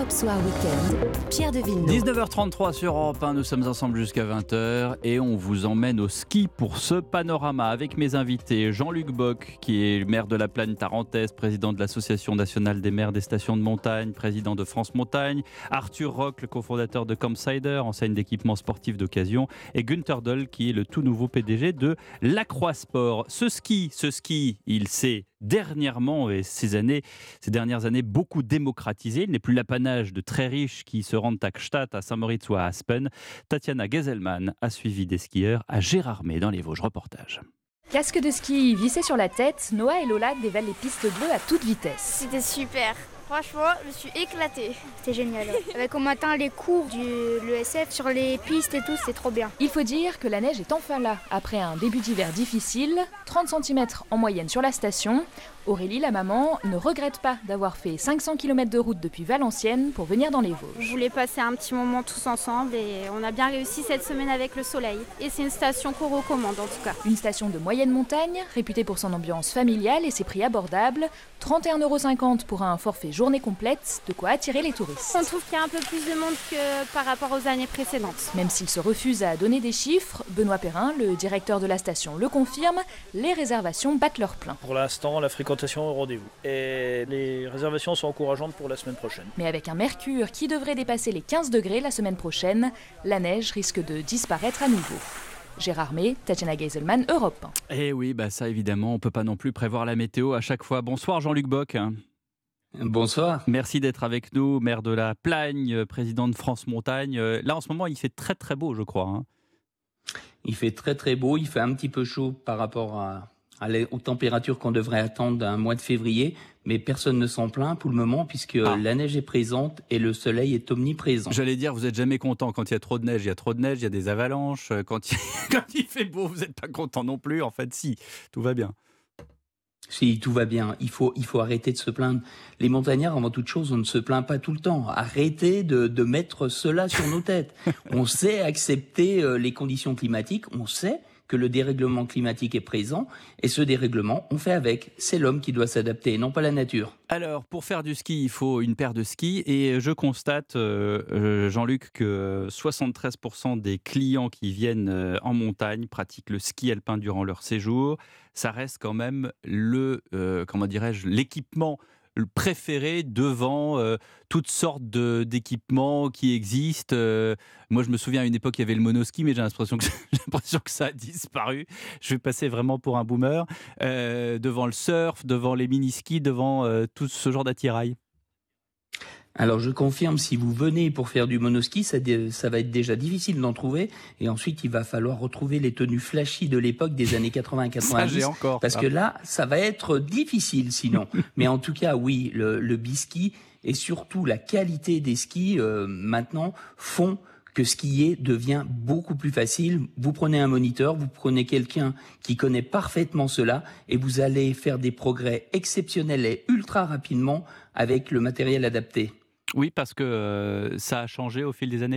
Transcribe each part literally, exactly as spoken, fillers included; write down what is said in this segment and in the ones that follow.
Europe Soir Weekend, Pierre de Villeneuve. dix-neuf heures trente-trois sur Europe un, nous sommes ensemble jusqu'à vingt heures et on vous emmène au ski pour ce panorama avec mes invités. Jean-Luc Bock, qui est maire de la Plagne tarentaise, président de l'Association nationale des maires des stations de montagne, président de France Montagne. Arthur Roch, le cofondateur de Campsider, enseigne d'équipements sportifs d'occasion. Et Günther Doll, qui est le tout nouveau P D G de Lacroix Sport. Ce ski, ce ski, il s'est dernièrement, et ces années, ces dernières années, beaucoup démocratisé. Il n'est plus l'apanage de très riches qui se rendent à Gstaad, à Saint-Moritz ou à Aspen. Tatiana Geselman a suivi des skieurs à Gérardmer dans les Vosges. Reportage. Casque de ski vissé sur la tête, Noah et Lola dévalent les pistes bleues à toute vitesse. C'était super. Franchement, je me suis éclatée. C'était génial. Avec au matin les cours du l'E S F sur les pistes et tout, c'est trop bien. Il faut dire que la neige est enfin là. Après un début d'hiver difficile, trente centimètres en moyenne sur la station, Aurélie, la maman, ne regrette pas d'avoir fait cinq cents kilomètres de route depuis Valenciennes pour venir dans les Vosges. Je voulais passer un petit moment tous ensemble et on a bien réussi cette semaine avec le soleil. Et c'est une station qu'on recommande en tout cas. Une station de moyenne montagne, réputée pour son ambiance familiale et ses prix abordables. trente et un euros cinquante pour un forfait journée complète, de quoi attirer les touristes. On trouve qu'il y a un peu plus de monde que par rapport aux années précédentes. Même s'il se refuse à donner des chiffres, Benoît Perrin, le directeur de la station, le confirme, les réservations battent leur plein. Pour l'instant, la fréquentation est au rendez-vous. Et les réservations sont encourageantes pour la semaine prochaine. Mais avec un mercure qui devrait dépasser les quinze degrés la semaine prochaine, la neige risque de disparaître à nouveau. Gérardmer, Tatiana Geselman, Europe un. Eh oui, bah ça évidemment, on ne peut pas non plus prévoir la météo à chaque fois. Bonsoir Jean-Luc Bock. Bonsoir. Merci d'être avec nous, maire de la Plagne, président de France Montagne. Là en ce moment, il fait très très beau, je crois. Hein. Il fait très très beau, il fait un petit peu chaud par rapport à, à les, aux températures qu'on devrait attendre d'un mois de février, mais personne ne s'en plaint pour le moment puisque ah. la neige est présente et le soleil est omniprésent. J'allais dire, vous n'êtes jamais content quand il y a trop de neige, il y a trop de neige, il y a des avalanches. Quand il, quand il fait beau, vous n'êtes pas content non plus. En fait, si, tout va bien. Si, tout va bien. Il faut, il faut arrêter de se plaindre. Les montagnards, avant toute chose, on ne se plaint pas tout le temps. Arrêtez de, de mettre cela sur nos têtes. On sait accepter euh, les conditions climatiques, on sait que le dérèglement climatique est présent, et ce dérèglement, on fait avec. C'est l'homme qui doit s'adapter, non pas la nature. Alors, pour faire du ski, il faut une paire de skis, et je constate, euh, Jean-Luc, que soixante-treize pour cent des clients qui viennent en montagne pratiquent le ski alpin durant leur séjour. Ça reste quand même le, euh, comment dirais-je, l'équipement préféré devant euh, toutes sortes de, d'équipements qui existent. Euh, moi, je me souviens à une époque, il y avait le monoski, mais j'ai l'impression que, j'ai l'impression que ça a disparu. Je vais passer vraiment pour un boomer. Euh, devant le surf, devant les mini-skis, devant euh, tout ce genre d'attirail. Alors je confirme, si vous venez pour faire du monoski, ça, ça va être déjà difficile d'en trouver. Et ensuite, il va falloir retrouver les tenues flashy de l'époque des années quatre-vingts quatre-vingt-dix. Ça, j'ai encore, parce ça. que là, ça va être difficile sinon. Mais en tout cas, oui, le, le biski et surtout la qualité des skis euh, maintenant font que skier devient beaucoup plus facile. Vous prenez un moniteur, vous prenez quelqu'un qui connaît parfaitement cela et vous allez faire des progrès exceptionnels et ultra rapidement avec le matériel adapté. Oui, parce que euh, ça a changé au fil des années ?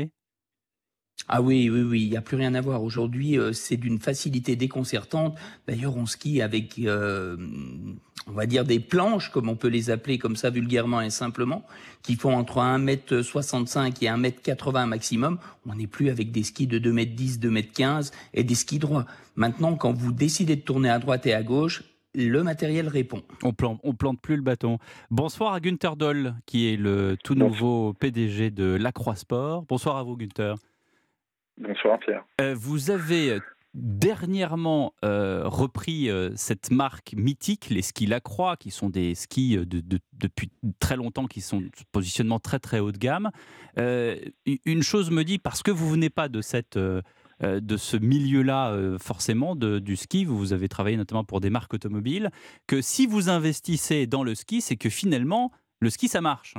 Ah oui, oui, oui, il n'y a plus rien à voir. Aujourd'hui, euh, c'est d'une facilité déconcertante. D'ailleurs, on skie avec, euh, on va dire, des planches, comme on peut les appeler comme ça vulgairement et simplement, qui font entre un mètre soixante-cinq et un mètre quatre-vingts maximum. On n'est plus avec des skis de deux mètres dix, deux mètres quinze et des skis droits. Maintenant, quand vous décidez de tourner à droite et à gauche, le matériel répond. On plante, on plante plus le bâton. Bonsoir à Günther Doll, qui est le tout nouveau P D G de Lacroix Sport. Bonsoir à vous, Günther. Bonsoir, Pierre. Euh, vous avez dernièrement euh, repris euh, cette marque mythique, les skis Lacroix, qui sont des skis de, de, depuis très longtemps, qui sont de positionnement très très haut de gamme. Euh, une chose me dit, parce que vous venez pas de cette... Euh, de ce milieu-là, euh, forcément, de, du ski, vous avez travaillé notamment pour des marques automobiles, que si vous investissez dans le ski, c'est que finalement, le ski, ça marche.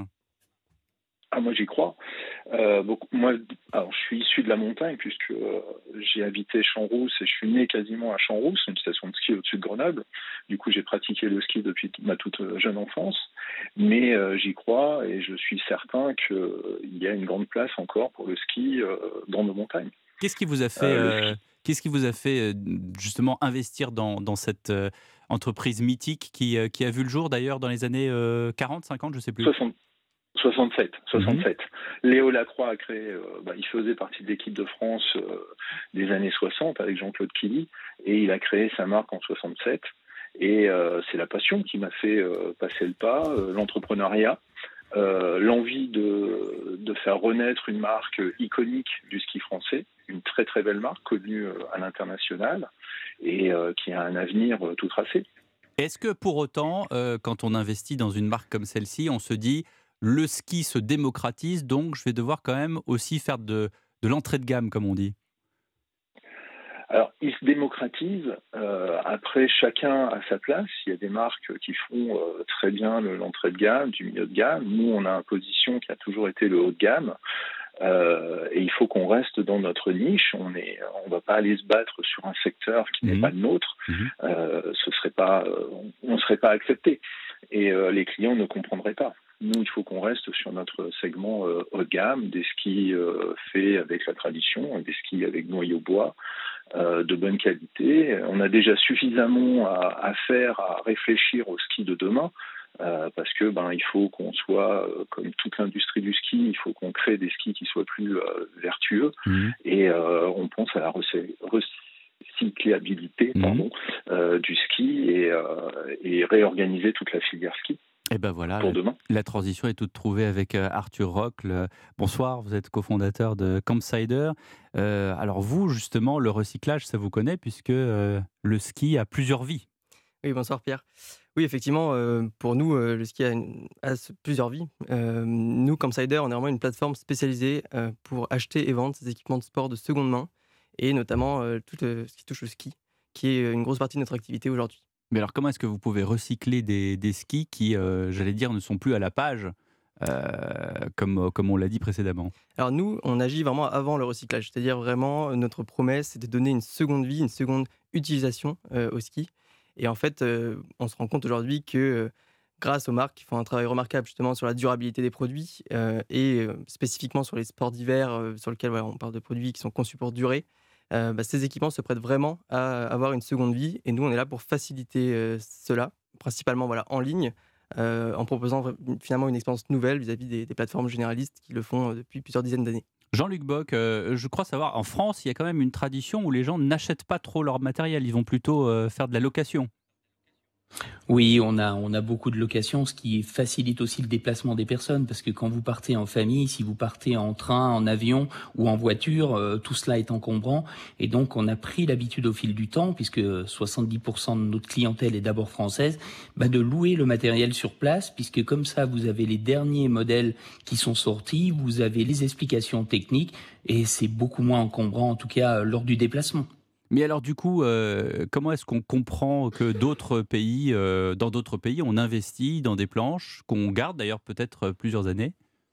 Ah, moi, j'y crois. Euh, beaucoup, moi, alors, je suis issu de la montagne, puisque euh, j'ai habité Champs-Rousse et je suis né quasiment à Champs-Rousse, une station de ski au-dessus de Grenoble. Du coup, j'ai pratiqué le ski depuis ma toute jeune enfance. Mais euh, j'y crois et je suis certain qu'il euh, y a une grande place encore pour le ski euh, dans nos montagnes. Qu'est-ce qui vous a fait, euh, qu'est-ce qui vous a fait justement investir dans, dans cette euh, entreprise mythique qui, euh, qui a vu le jour d'ailleurs dans les années euh, quarante, cinquante, je ne sais plus soixante soixante-sept. soixante-sept. Mmh. Léo Lacroix a créé, euh, bah, il faisait partie de l'équipe de France euh, des années soixante avec Jean-Claude Killy, et il a créé sa marque en soixante-sept. Et euh, c'est la passion qui m'a fait euh, passer le pas, euh, l'entrepreneuriat, euh, l'envie de, de faire renaître une marque iconique du ski français, une très très belle marque connue euh, à l'international et euh, qui a un avenir euh, tout tracé. Est-ce que pour autant, euh, quand on investit dans une marque comme celle-ci, on se dit le ski se démocratise, donc je vais devoir quand même aussi faire de, de l'entrée de gamme, comme on dit? Alors, il se démocratise. Euh, après, chacun à sa place. Il y a des marques qui font euh, très bien le- l'entrée de gamme, du milieu de gamme. Nous, on a une position qui a toujours été le haut de gamme. Euh, et il faut qu'on reste dans notre niche. On est, on va pas aller se battre sur un secteur qui n'est Mhm. pas le nôtre. Mhm. Euh, ce serait pas, euh, on ne serait pas accepté. Et euh, les clients ne comprendraient pas. Nous, il faut qu'on reste sur notre segment euh, haut de gamme, des skis euh, faits avec la tradition, des skis avec noyau bois, euh, de bonne qualité. On a déjà suffisamment à, à faire, à réfléchir au ski de demain, euh, parce que ben il faut qu'on soit, euh, comme toute l'industrie du ski, il faut qu'on crée des skis qui soient plus euh, vertueux, Mhm. et euh, on pense à la recy- recyclabilité Mhm. pardon, euh, du ski et, euh, et réorganiser toute la filière ski Et ben voilà, pour la, demain. la transition est toute trouvée avec euh, Arthur Rocle. Bonsoir, vous êtes cofondateur de Campsider. Euh, alors vous, justement, le recyclage, ça vous connaît puisque euh, le ski a plusieurs vies. Oui, bonsoir Pierre. Oui, effectivement, euh, pour nous, euh, le ski a, une- a s- plusieurs vies. Euh, nous, Campsider, on est vraiment une plateforme spécialisée euh, pour acheter et vendre ces équipements de sport de seconde main, et notamment euh, tout euh, ce qui touche au ski, qui est euh, une grosse partie de notre activité aujourd'hui. Mais alors, comment est-ce que vous pouvez recycler des, des skis qui, euh, j'allais dire, ne sont plus à la page, euh, comme, comme on l'a dit précédemment? Alors nous, on agit vraiment avant le recyclage, c'est-à-dire vraiment, euh, notre promesse, c'est de donner une seconde vie, une seconde utilisation euh, au ski. Et en fait, euh, on se rend compte aujourd'hui que euh, grâce aux marques qui font un travail remarquable justement sur la durabilité des produits euh, et euh, spécifiquement sur les sports d'hiver, euh, sur lesquels voilà, on parle de produits qui sont conçus pour durer, euh, bah, ces équipements se prêtent vraiment à avoir une seconde vie. Et nous, on est là pour faciliter euh, cela, principalement voilà, en ligne, euh, en proposant vra- finalement une expérience nouvelle vis-à-vis des, des plateformes généralistes qui le font euh, depuis plusieurs dizaines d'années. Jean-Luc Bock, euh, je crois savoir, en France, il y a quand même une tradition où les gens n'achètent pas trop leur matériel, ils vont plutôt euh, faire de la location. Oui, on a, on a beaucoup de locations, ce qui facilite aussi le déplacement des personnes, parce que quand vous partez en famille, si vous partez en train, en avion ou en voiture, euh, tout cela est encombrant. Et donc, on a pris l'habitude au fil du temps, puisque soixante-dix pour cent de notre clientèle est d'abord française, bah, de louer le matériel sur place, puisque comme ça, vous avez les derniers modèles qui sont sortis, vous avez les explications techniques, et c'est beaucoup moins encombrant, en tout cas, lors du déplacement. Mais alors du coup, euh, comment est-ce qu'on comprend que d'autres pays, euh, dans d'autres pays, on investit dans des planches qu'on garde d'ailleurs peut-être plusieurs années?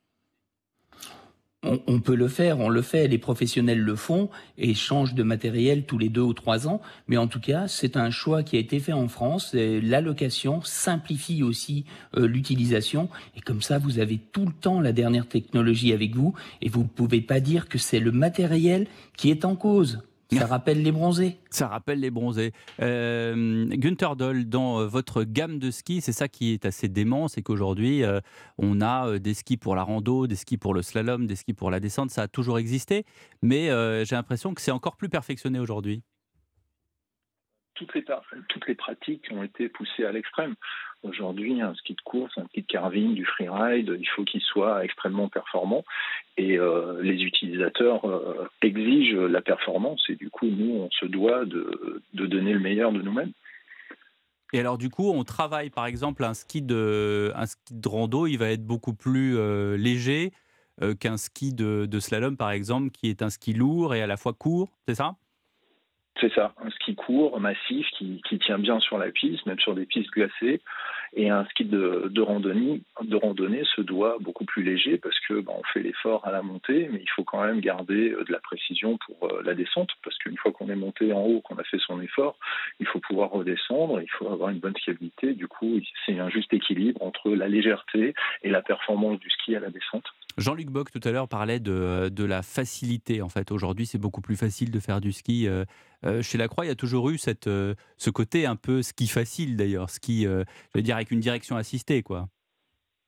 On, on peut le faire, on le fait, les professionnels le font et changent de matériel tous les deux ou trois ans. Mais en tout cas, c'est un choix qui a été fait en France. Et la location simplifie aussi euh, l'utilisation. Et comme ça, vous avez tout le temps la dernière technologie avec vous. Et vous ne pouvez pas dire que c'est le matériel qui est en cause. Ça rappelle les bronzés. Ça rappelle les bronzés. Euh, Günther Doll, dans euh, votre gamme de skis, c'est ça qui est assez dément, c'est qu'aujourd'hui, euh, on a euh, des skis pour la rando, des skis pour le slalom, des skis pour la descente, ça a toujours existé, mais euh, j'ai l'impression que c'est encore plus perfectionné aujourd'hui. Toutes les, par- toutes les pratiques ont été poussées à l'extrême. Aujourd'hui, un ski de course, un ski de carving, du freeride, il faut qu'il soit extrêmement performant. Et euh, les utilisateurs euh, exigent la performance. Et du coup, nous, on se doit de, de donner le meilleur de nous-mêmes. Et alors du coup, on travaille par exemple un ski de, un ski de rando, il va être beaucoup plus euh, léger euh, qu'un ski de, de slalom par exemple, qui est un ski lourd et à la fois court, c'est ça? C'est ça, un ski court, massif, qui, qui tient bien sur la piste, même sur des pistes glacées. Et un ski de, de, randonnée, de randonnée se doit beaucoup plus léger parce que ben, on fait l'effort à la montée, mais il faut quand même garder de la précision pour euh, la descente, parce qu'une fois qu'on est monté en haut, qu'on a fait son effort, il faut pouvoir redescendre, il faut avoir une bonne fiabilité. Du coup, c'est un juste équilibre entre la légèreté et la performance du ski à la descente. Jean-Luc Bock tout à l'heure parlait de, de la facilité. En fait, aujourd'hui, c'est beaucoup plus facile de faire du ski. Euh, euh, chez Lacroix, il y a toujours eu cette, euh, ce côté un peu ski facile d'ailleurs, ski, euh, je veux dire avec une direction assistée, quoi.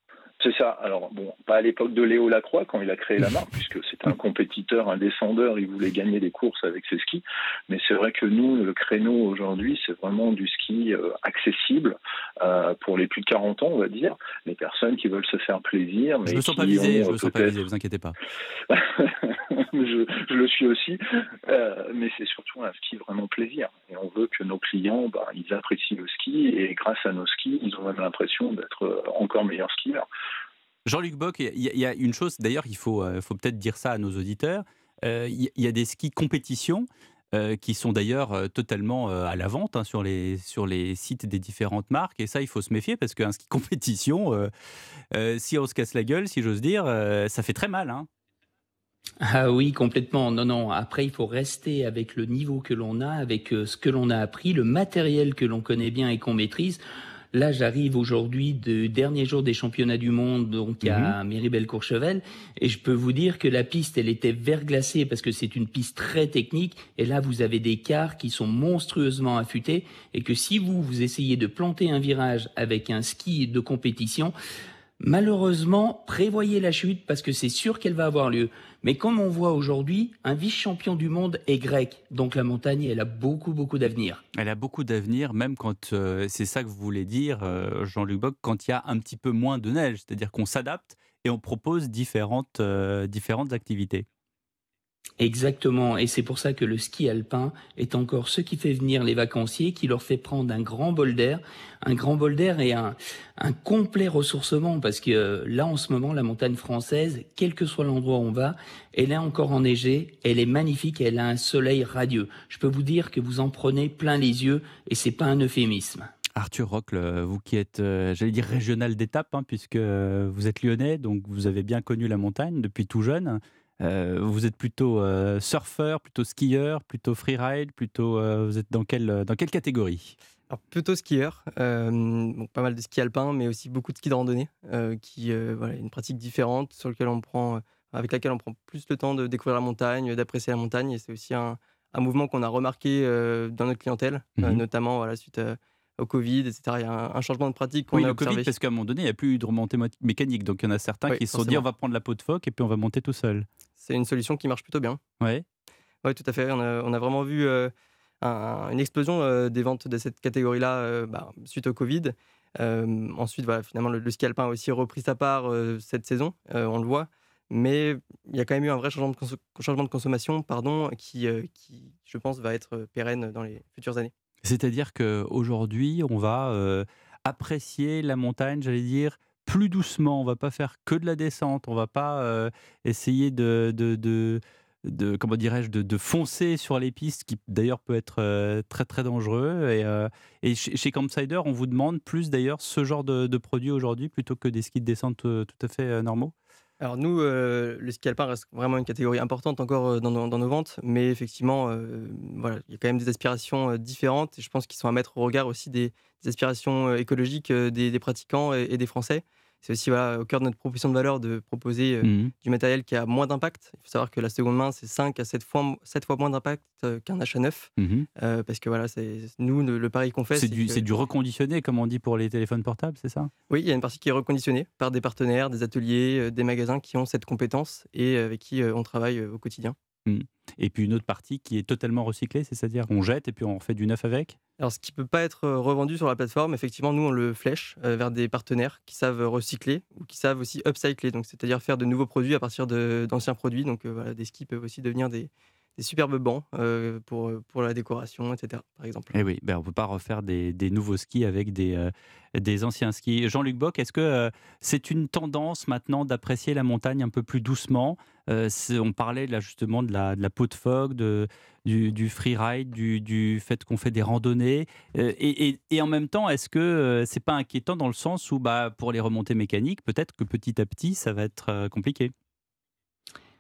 C'est ça. Alors, bon, pas à l'époque de Léo Lacroix, quand il a créé la marque, puisque c'était un compétiteur, un descendeur, il voulait gagner des courses avec ses skis. Mais c'est vrai que nous, le créneau aujourd'hui, c'est vraiment du ski euh, accessible euh, pour les plus de quarante ans, on va dire. Les personnes qui veulent se faire plaisir. Mais je me sens qui pas visé, ont, je euh, me sens pas visé, vous inquiétez pas. je, je le suis aussi. Euh, mais c'est surtout un ski vraiment plaisir. Et on veut que nos clients, bah, ils apprécient le ski. Et grâce à nos skis, ils ont même l'impression d'être encore meilleurs skieurs. Jean-Luc Bock, il y, y a une chose, d'ailleurs, il faut, euh, faut peut-être dire ça à nos auditeurs. Euh, il y, y a des skis compétition euh, qui sont d'ailleurs euh, totalement euh, à la vente hein, sur, les, sur les sites des différentes marques. Et ça, il faut se méfier parce qu'un ski compétition, euh, euh, si on se casse la gueule, si j'ose dire, euh, ça fait très mal. Hein. Ah oui, complètement. Non, non. Après, il faut rester avec le niveau que l'on a, avec euh, ce que l'on a appris, le matériel que l'on connaît bien et qu'on maîtrise. Là, j'arrive aujourd'hui du dernier jour des championnats du monde, donc à mmh. Méribel-Courchevel, et je peux vous dire que la piste, elle était verglacée parce que c'est une piste très technique. Et là, vous avez des quarts qui sont monstrueusement affûtés, et que si vous vous essayez de planter un virage avec un ski de compétition, malheureusement, prévoyez la chute parce que c'est sûr qu'elle va avoir lieu. Mais comme on voit aujourd'hui, un vice-champion du monde est grec. Donc la montagne, elle a beaucoup, beaucoup d'avenir. Elle a beaucoup d'avenir, même quand, euh, c'est ça que vous voulez dire, euh, Jean-Luc Bock, quand il y a un petit peu moins de neige. C'est-à-dire qu'on s'adapte et on propose différentes, euh, différentes activités. Exactement, et c'est pour ça que le ski alpin est encore ce qui fait venir les vacanciers, qui leur fait prendre un grand bol d'air, un grand bol d'air et un, un complet ressourcement, parce que euh, là en ce moment, la montagne française, quel que soit l'endroit où on va, elle est encore enneigée, elle est magnifique, elle a un soleil radieux. Je peux vous dire que vous en prenez plein les yeux, et c'est pas un euphémisme. Arthur Rocle, vous qui êtes, euh, j'allais dire régional d'étape, hein, puisque vous êtes lyonnais, donc vous avez bien connu la montagne depuis tout jeune. Euh, vous êtes plutôt euh, surfeur, plutôt skieur, plutôt freeride, plutôt euh, vous êtes dans quelle dans quelle catégorie? Alors plutôt skieur, euh, bon, pas mal de ski alpin, mais aussi beaucoup de ski de randonnée, euh, qui euh, voilà, une pratique différente sur lequel on prend, avec laquelle on prend plus le temps de découvrir la montagne, d'apprécier la montagne, et c'est aussi un, un mouvement qu'on a remarqué euh, dans notre clientèle, mmh. euh, notamment voilà, suite à, au Covid, et cetera. Il y a un, un changement de pratique qu'on oui, a le observé. Covid, parce qu'à un moment donné, il n'y a plus eu de remontée mécanique. Donc, il y en a certains oui, qui se sont dit, on va prendre la peau de phoque et puis on va monter tout seul. C'est une solution qui marche plutôt bien. Oui, ouais, tout à fait. On a, on a vraiment vu euh, un, une explosion euh, des ventes de cette catégorie-là euh, bah, suite au Covid. Euh, ensuite, voilà, finalement, le, le ski alpin a aussi repris sa part euh, cette saison, euh, on le voit. Mais il y a quand même eu un vrai changement de, cons- changement de consommation pardon, qui, euh, qui, je pense, va être pérenne dans les futures années. C'est-à-dire qu'aujourd'hui, on va euh, apprécier la montagne, j'allais dire, plus doucement. On ne va pas faire que de la descente. On ne va pas euh, essayer de, de, de, de comment dirais-je, de, de foncer sur les pistes, qui d'ailleurs peut être euh, très très dangereux. Et, euh, et chez, chez Campsider, on vous demande plus d'ailleurs ce genre de, de produit aujourd'hui plutôt que des skis de descente euh, tout à fait euh, normaux. Alors nous, euh, le ski alpin reste vraiment une catégorie importante encore euh, dans, nos, dans nos ventes, mais effectivement, euh, voilà, il y a quand même des aspirations euh, différentes, et je pense qu'ils sont à mettre au regard aussi des, des aspirations euh, écologiques euh, des, des pratiquants et, et des Français. C'est aussi voilà, au cœur de notre proposition de valeur de proposer euh, mmh. du matériel qui a moins d'impact. Il faut savoir que la seconde main, c'est cinq à sept fois, sept fois moins d'impact euh, qu'un achat neuf. Mmh. Euh, parce que voilà, c'est, nous, le, le pari qu'on fait... C'est, c'est, du, que... c'est du reconditionné, comme on dit pour les téléphones portables, c'est ça? Oui, il y a une partie qui est reconditionnée par des partenaires, des ateliers, euh, des magasins qui ont cette compétence et avec qui euh, on travaille euh, au quotidien. Mmh. Et puis une autre partie qui est totalement recyclée, c'est-à-dire qu'on jette et puis on refait du neuf avec? Alors, ce qui ne peut pas être revendu sur la plateforme, effectivement, nous, on le flèche euh, vers des partenaires qui savent recycler ou qui savent aussi upcycler, donc c'est-à-dire faire de nouveaux produits à partir de, d'anciens produits. Donc, euh, voilà, des skis peuvent aussi devenir des, des superbes bancs euh, pour, pour la décoration, et cetera, par exemple. Et oui, ben on ne peut pas refaire des, des nouveaux skis avec des, euh, des anciens skis. Jean-Luc Bock, est-ce que euh, c'est une tendance maintenant d'apprécier la montagne un peu plus doucement? euh, On parlait là justement de la, de la peau de phoque, de, du, du freeride, du, du fait qu'on fait des randonnées. Euh, et, et, et en même temps, est-ce que euh, c'est pas inquiétant dans le sens où bah, pour les remontées mécaniques, peut-être que petit à petit, ça va être euh, compliqué?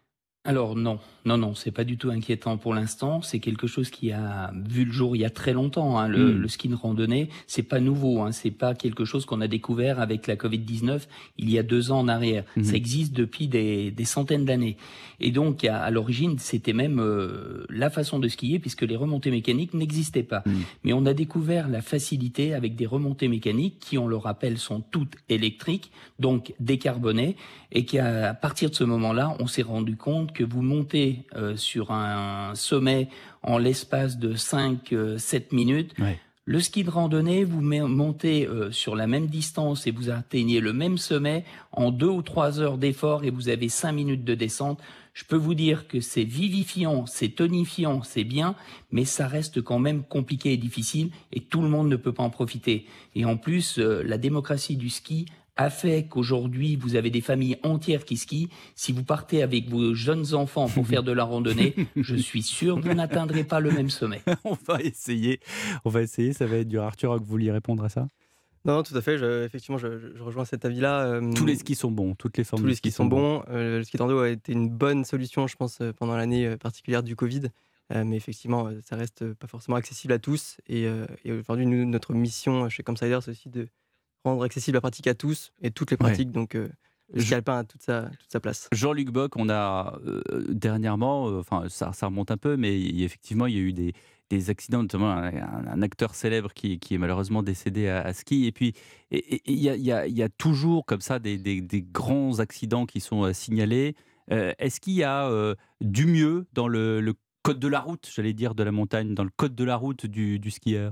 Alors non, non, non, c'est pas du tout inquiétant pour l'instant. C'est quelque chose qui a vu le jour il y a très longtemps. Hein. Le, Mm. le ski de randonnée, c'est pas nouveau. Hein. C'est pas quelque chose qu'on a découvert avec la covid dix-neuf il y a deux ans en arrière. Mhm. Ça existe depuis des, des centaines d'années. Et donc à, à l'origine, c'était même euh, la façon de skier puisque les remontées mécaniques n'existaient pas. Mm. Mais on a découvert la facilité avec des remontées mécaniques qui, on le rappelle, sont toutes électriques, donc décarbonées, et qu'à partir de ce moment-là, on s'est rendu compte que vous montez euh, sur un sommet en l'espace de cinq sept minutes. Ouais. Le ski de randonnée, vous met- montez euh, sur la même distance et vous atteignez le même sommet en deux ou trois heures d'effort et vous avez cinq minutes de descente. Je peux vous dire que c'est vivifiant, c'est tonifiant, c'est bien, mais ça reste quand même compliqué et difficile et tout le monde ne peut pas en profiter. Et en plus, euh, la démocratie du ski a fait qu'aujourd'hui, vous avez des familles entières qui skient. Si vous partez avec vos jeunes enfants pour faire de la randonnée, je suis sûr que vous n'atteindrez pas le même sommet. On va essayer. On va essayer. Ça va être dur. Arthur, que vous vouliez répondre à ça? Non, non, tout à fait. Je, effectivement, je, je rejoins cet avis-là. euh, Tous les skis sont bons. Toutes les formes tous de les skis sont bons. Euh, le ski de rando a été une bonne solution, je pense, euh, pendant l'année euh, particulière du Covid. Euh, mais effectivement, euh, ça reste euh, pas forcément accessible à tous. Et, euh, et aujourd'hui, nous, notre mission euh, chez Campsider, c'est aussi de rendre accessible la pratique à tous et toutes les Ouais. pratiques. Donc, euh, le ski Je- alpin a toute sa, toute sa place. Jean-Luc Bock, on a euh, dernièrement, euh, enfin ça, ça remonte un peu, mais il y a- effectivement il y a eu des, des accidents, notamment un, un- un acteur célèbre qui, qui est malheureusement décédé à, à ski. Et puis et- et- et il y, a, il y a- il y a toujours comme ça des, des- des grands accidents qui sont euh, signalés. Euh, Est-ce qu'il y a euh, du mieux dans le, le code de la route, j'allais dire, de la montagne, dans le code de la route du, du skieur?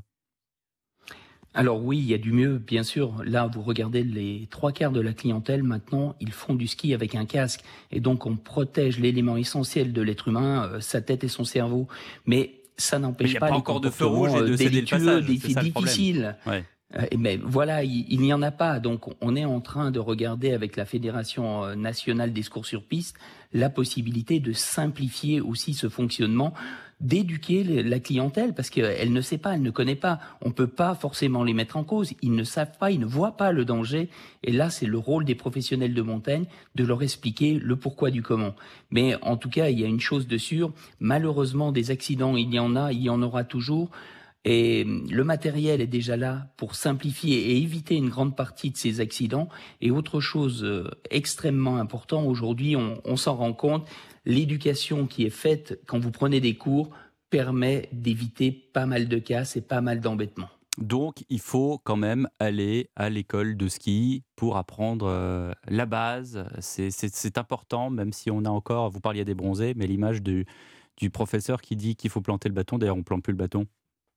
Alors oui, il y a du mieux, bien sûr. Là, vous regardez les trois quarts de la clientèle, maintenant, ils font du ski avec un casque. Et donc, on protège l'élément essentiel de l'être humain, euh, sa tête et son cerveau. Mais ça Mais il n'empêche n'y a pas pas les encore de feu comportements rouge et de euh, céder le délictueux, passage, dif- c'est ça le problème. difficiles. Ouais. Euh, Mais voilà, il, il n'y en a pas. Donc, on est en train de regarder avec la Fédération euh, nationale des secours sur piste la possibilité de simplifier aussi ce fonctionnement, d'éduquer le- la clientèle parce qu'elle ne sait pas, elle ne connaît pas. On ne peut pas forcément les mettre en cause. Ils ne savent pas, ils ne voient pas le danger. Et là, c'est le rôle des professionnels de montagne de leur expliquer le pourquoi du comment. Mais en tout cas, il y a une chose de sûre. Malheureusement, des accidents, il y en a, il y en aura toujours. Et le matériel est déjà là pour simplifier et éviter une grande partie de ces accidents. Et autre chose euh, extrêmement important, aujourd'hui, on, on s'en rend compte, l'éducation qui est faite quand vous prenez des cours permet d'éviter pas mal de casses et pas mal d'embêtements. Donc, il faut quand même aller à l'école de ski pour apprendre euh, la base. C'est- C'est c'est important, même si on a encore, vous parliez des bronzés, mais l'image du, du professeur qui dit qu'il faut planter le bâton. D'ailleurs, on ne plante plus le bâton.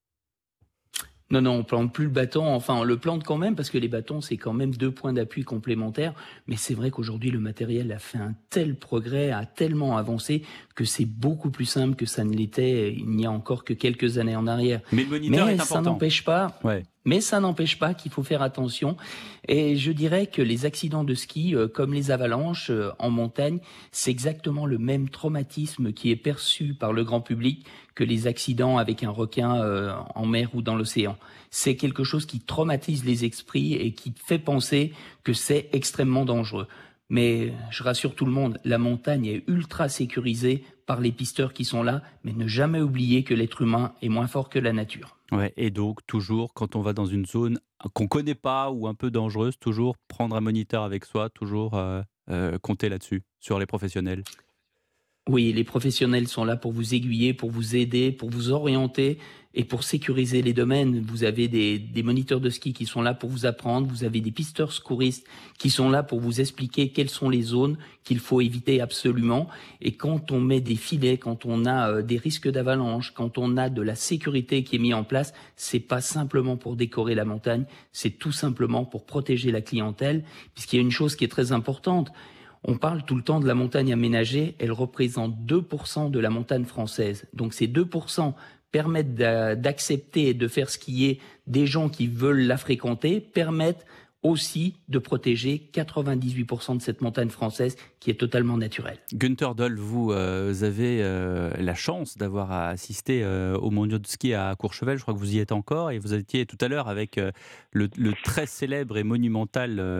Non, non, on plante plus le bâton. Enfin, on le plante quand même parce que les bâtons, c'est quand même deux points d'appui complémentaires. Mais c'est vrai qu'aujourd'hui, le matériel a fait un tel progrès, a tellement avancé que c'est beaucoup plus simple que ça ne l'était il n'y a encore que quelques années en arrière. Mais le moniteur Mais est ça important. n'empêche pas. Ouais. Mais ça n'empêche pas qu'il faut faire attention. Et je dirais que les accidents de ski, euh, comme les avalanches euh, en montagne, c'est exactement le même traumatisme qui est perçu par le grand public que les accidents avec un requin euh, en mer ou dans l'océan. C'est quelque chose qui traumatise les esprits et qui fait penser que c'est extrêmement dangereux. Mais je rassure tout le monde, la montagne est ultra sécurisée par les pisteurs qui sont là, mais ne jamais oublier que l'être humain est moins fort que la nature. Ouais, et donc, toujours, quand on va dans une zone qu'on ne connaît pas ou un peu dangereuse, toujours prendre un moniteur avec soi, toujours euh, euh, compter là-dessus, sur les professionnels. Oui, les professionnels sont là pour vous aiguiller, pour vous aider, pour vous orienter et pour sécuriser les domaines. Vous avez des, des moniteurs de ski qui sont là pour vous apprendre, vous avez des pisteurs secouristes qui sont là pour vous expliquer quelles sont les zones qu'il faut éviter absolument. Et quand on met des filets, quand on a euh, des risques d'avalanche, quand on a de la sécurité qui est mise en place, c'est pas simplement pour décorer la montagne, c'est tout simplement pour protéger la clientèle, puisqu'il y a une chose qui est très importante. On parle tout le temps de la montagne aménagée, elle représente deux pour cent de la montagne française. Donc ces deux pour cent permettent d'a- d'accepter et de faire skier des gens qui veulent la fréquenter, permettent aussi de protéger quatre-vingt-dix-huit pour cent de cette montagne française qui est totalement naturelle. Günther Doll, vous, euh, vous avez euh, la chance d'avoir assisté euh, au mondiaux de ski à Courchevel. Je crois que vous y êtes encore et vous étiez tout à l'heure avec euh, le, le très célèbre et monumental euh,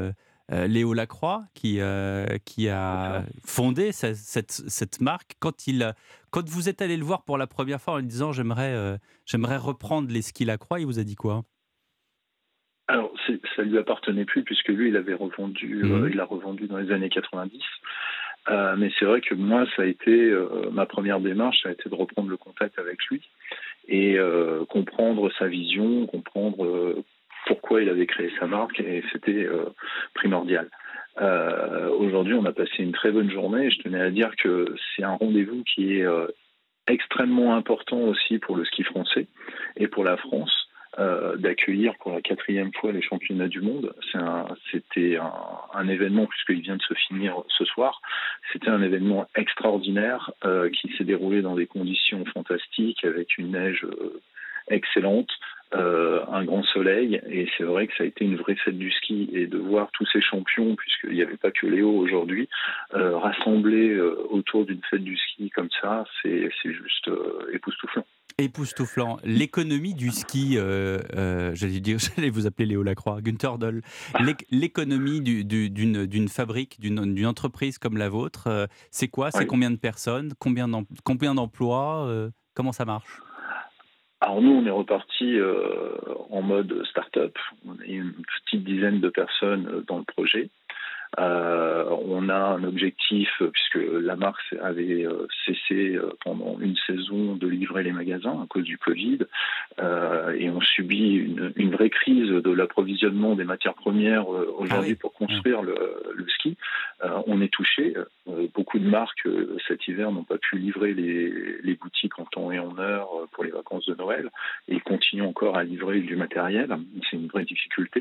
euh, Léo Lacroix qui, euh, qui a fondé cette, cette, cette marque. Quand, il, quand vous êtes allé le voir pour la première fois en lui disant j'aimerais, euh, j'aimerais reprendre les skis Lacroix, il vous a dit quoi? Alors, c'est, ça lui appartenait plus puisque lui, il avait revendu, mmh. euh, il l'a revendu dans les années quatre-vingt-dix. Euh, mais c'est vrai que moi, ça a été euh, ma première démarche, ça a été de reprendre le contact avec lui et euh, comprendre sa vision, comprendre euh, pourquoi il avait créé sa marque, et c'était euh, primordial. Euh, aujourd'hui, on a passé une très bonne journée. Je tenais à dire que c'est un rendez-vous qui est euh, extrêmement important aussi pour le ski français et pour la France. Euh, d'accueillir pour la quatrième fois les championnats du monde. C'est un, c'était un, un événement, puisqu'il vient de se finir ce soir, c'était un événement extraordinaire euh, qui s'est déroulé dans des conditions fantastiques, avec une neige euh, excellente, euh, un grand soleil, et c'est vrai que ça a été une vraie fête du ski, et de voir tous ces champions, puisqu'il n'y avait pas que Léo aujourd'hui, euh, rassemblés euh, autour d'une fête du ski comme ça, c'est, c'est juste euh, époustouflant. Époustouflant. L'économie du ski, euh, euh, j'allais dire, j'allais vous appeler Léo Lacroix, Günther Doll. L'économie du, du, d'une, d'une fabrique, d'une, d'une entreprise comme la vôtre, euh, c'est quoi? C'est oui. Combien de personnes? Combien, d'em, combien d'emplois? euh, Comment ça marche? Alors nous, on est reparti euh, en mode start-up. On a une petite dizaine de personnes dans le projet. Euh, on a un objectif, puisque la marque avait euh, cessé euh, pendant une saison de livrer les magasins à cause du Covid, euh, et on subit une, une vraie crise de l'approvisionnement des matières premières euh, aujourd'hui ah oui. pour construire le, le ski. Euh, on est touché. Euh, beaucoup de marques euh, cet hiver n'ont pas pu livrer les, les boutiques en temps et en heure pour les vacances de Noël, et continuent encore à livrer du matériel. C'est une vraie difficulté.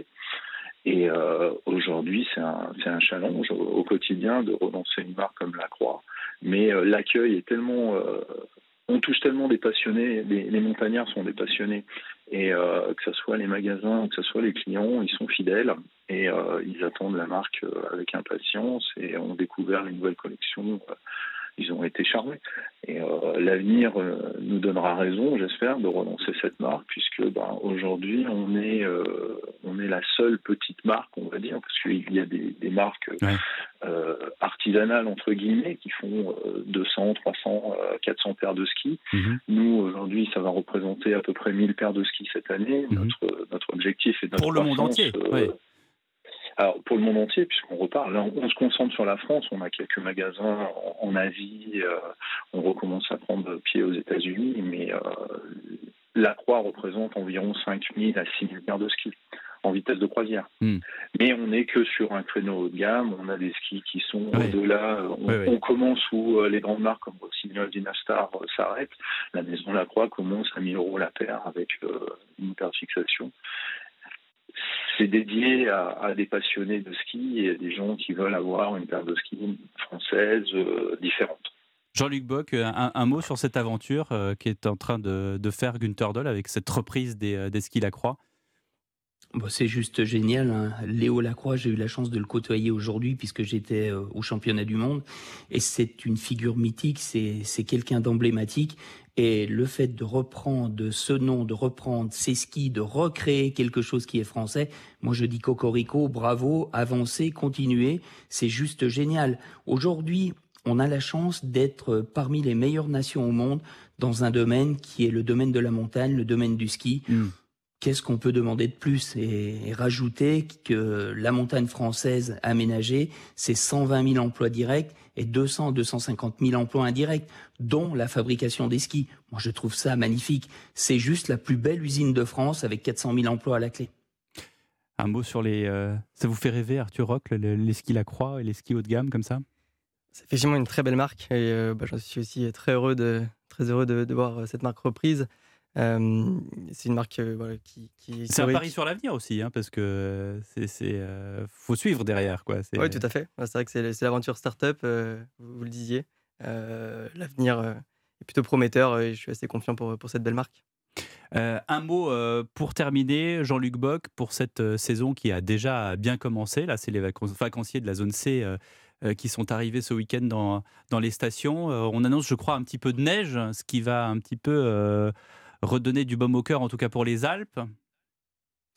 Et euh, aujourd'hui, c'est un, c'est un challenge au, au quotidien de relancer une marque comme Lacroix. Mais euh, l'accueil est tellement... Euh, on touche tellement des passionnés, les, les montagnards sont des passionnés. Et euh, que ce soit les magasins, que ce soit les clients, ils sont fidèles. Et euh, ils attendent la marque avec impatience et ont découvert les nouvelles collections. Ils ont été charmés. Et euh, l'avenir euh, nous donnera raison, j'espère, de relancer cette marque, puisque ben, aujourd'hui, on est, euh, on est la seule petite marque, on va dire, parce qu'il y a des, des marques ouais. euh, artisanales, entre guillemets, qui font euh, deux cents, trois cents, euh, quatre cents paires de skis. Mm-hmm. Nous, aujourd'hui, ça va représenter à peu près mille paires de skis cette année. Mm-hmm. Notre, notre objectif est notre Pour le monde entier, euh, oui. Alors, pour le monde entier, puisqu'on repart, là, on se concentre sur la France, on a quelques magasins en, en Asie, euh, on recommence à prendre pied aux États-Unis, mais euh, Lacroix représente environ cinq mille à six mille paires de skis en vitesse de croisière. Mm. Mais on n'est que sur un créneau haut de gamme, on a des skis qui sont oui. au-delà, on, oui, oui. on commence où les grandes marques comme Rossignol, Dynastar euh, s'arrêtent, la maison Lacroix commence à mille euros la paire avec euh, une paire de fixation. C'est dédié à, à des passionnés de ski et à des gens qui veulent avoir une paire de ski française euh, différente. Jean-Luc Bock, un, un mot sur cette aventure euh, qui est en train de, de faire Günther Doll avec cette reprise des, des skis Lacroix. Bon, c'est juste génial. Hein. Léo Lacroix, j'ai eu la chance de le côtoyer aujourd'hui puisque j'étais euh, au championnat du monde. Et c'est une figure mythique, c'est, c'est quelqu'un d'emblématique. Et le fait de reprendre ce nom, de reprendre ces skis, de recréer quelque chose qui est français, moi je dis cocorico, bravo, avancez, continuez, c'est juste génial. Aujourd'hui, on a la chance d'être parmi les meilleures nations au monde dans un domaine qui est le domaine de la montagne, le domaine du ski. Mmh. Qu'est-ce qu'on peut demander de plus? Et, et rajouter que la montagne française aménagée, c'est cent vingt mille emplois directs et deux cents à deux cent cinquante mille emplois indirects, dont la fabrication des skis. Moi, je trouve ça magnifique. C'est juste la plus belle usine de France avec quatre cent mille emplois à la clé. Un mot sur les... Euh, ça vous fait rêver, Arthur Roch, les, les skis Lacroix et les skis haut de gamme comme ça? C'est effectivement une très belle marque et euh, bah, j'en suis aussi très heureux de, très heureux de, de voir cette marque reprise. Euh, c'est une marque euh, voilà, qui, qui est c'est un pari sur l'avenir aussi, hein, parce que c'est, c'est euh, faut suivre derrière, quoi. C'est... Oui, tout à fait. C'est vrai que c'est, c'est l'aventure start-up, euh, vous, vous le disiez. Euh, l'avenir euh, est plutôt prometteur et je suis assez confiant pour, pour cette belle marque. Euh, un mot euh, pour terminer, Jean-Luc Bock, pour cette euh, saison qui a déjà bien commencé. Là, c'est les vac- vacanciers de la zone C euh, euh, qui sont arrivés ce week-end dans, dans les stations. Euh, on annonce, je crois, un petit peu de neige, ce qui va un petit peu... Euh, redonner du baume au cœur, en tout cas pour les Alpes.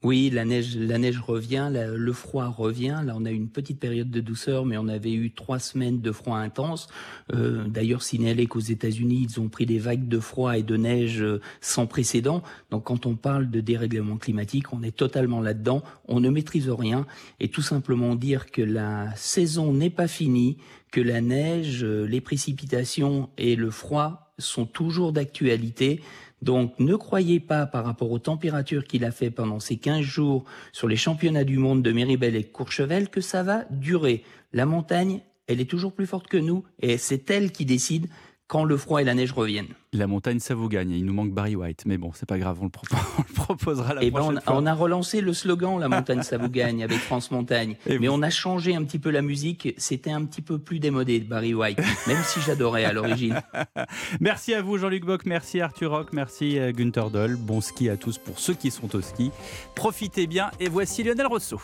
Oui, la neige, la neige revient, la- le froid revient. Là, on a eu une petite période de douceur, mais on avait eu trois semaines de froid intense. Euh, d'ailleurs, signalé qu'aux États-Unis, ils ont pris des vagues de froid et de neige euh, sans précédent. Donc, quand on parle de dérèglement climatique, on est totalement là-dedans. On ne maîtrise rien. Et tout simplement dire que la saison n'est pas finie, que la neige, euh, les précipitations et le froid sont toujours d'actualité. Donc ne croyez pas par rapport aux températures qu'il a fait pendant ces quinze jours sur les championnats du monde de Méribel et de Courchevel que ça va durer. La montagne, elle est toujours plus forte que nous et c'est elle qui décide quand le froid et la neige reviennent. La montagne, ça vous gagne. Il nous manque Barry White. Mais bon, c'est pas grave, on le, propos- on le proposera la Eh ben, prochaine on, fois. on a relancé le slogan La montagne, ça vous gagne avec France Montagne. Et Mais vous- on a changé un petit peu la musique. C'était un petit peu plus démodé de Barry White, même si j'adorais à l'origine. Merci à vous Jean-Luc Bock, merci Arthur Rock, merci euh, Günther Doll. Bon ski à tous pour ceux qui sont au ski. Profitez bien et voici Lionel Rousseau.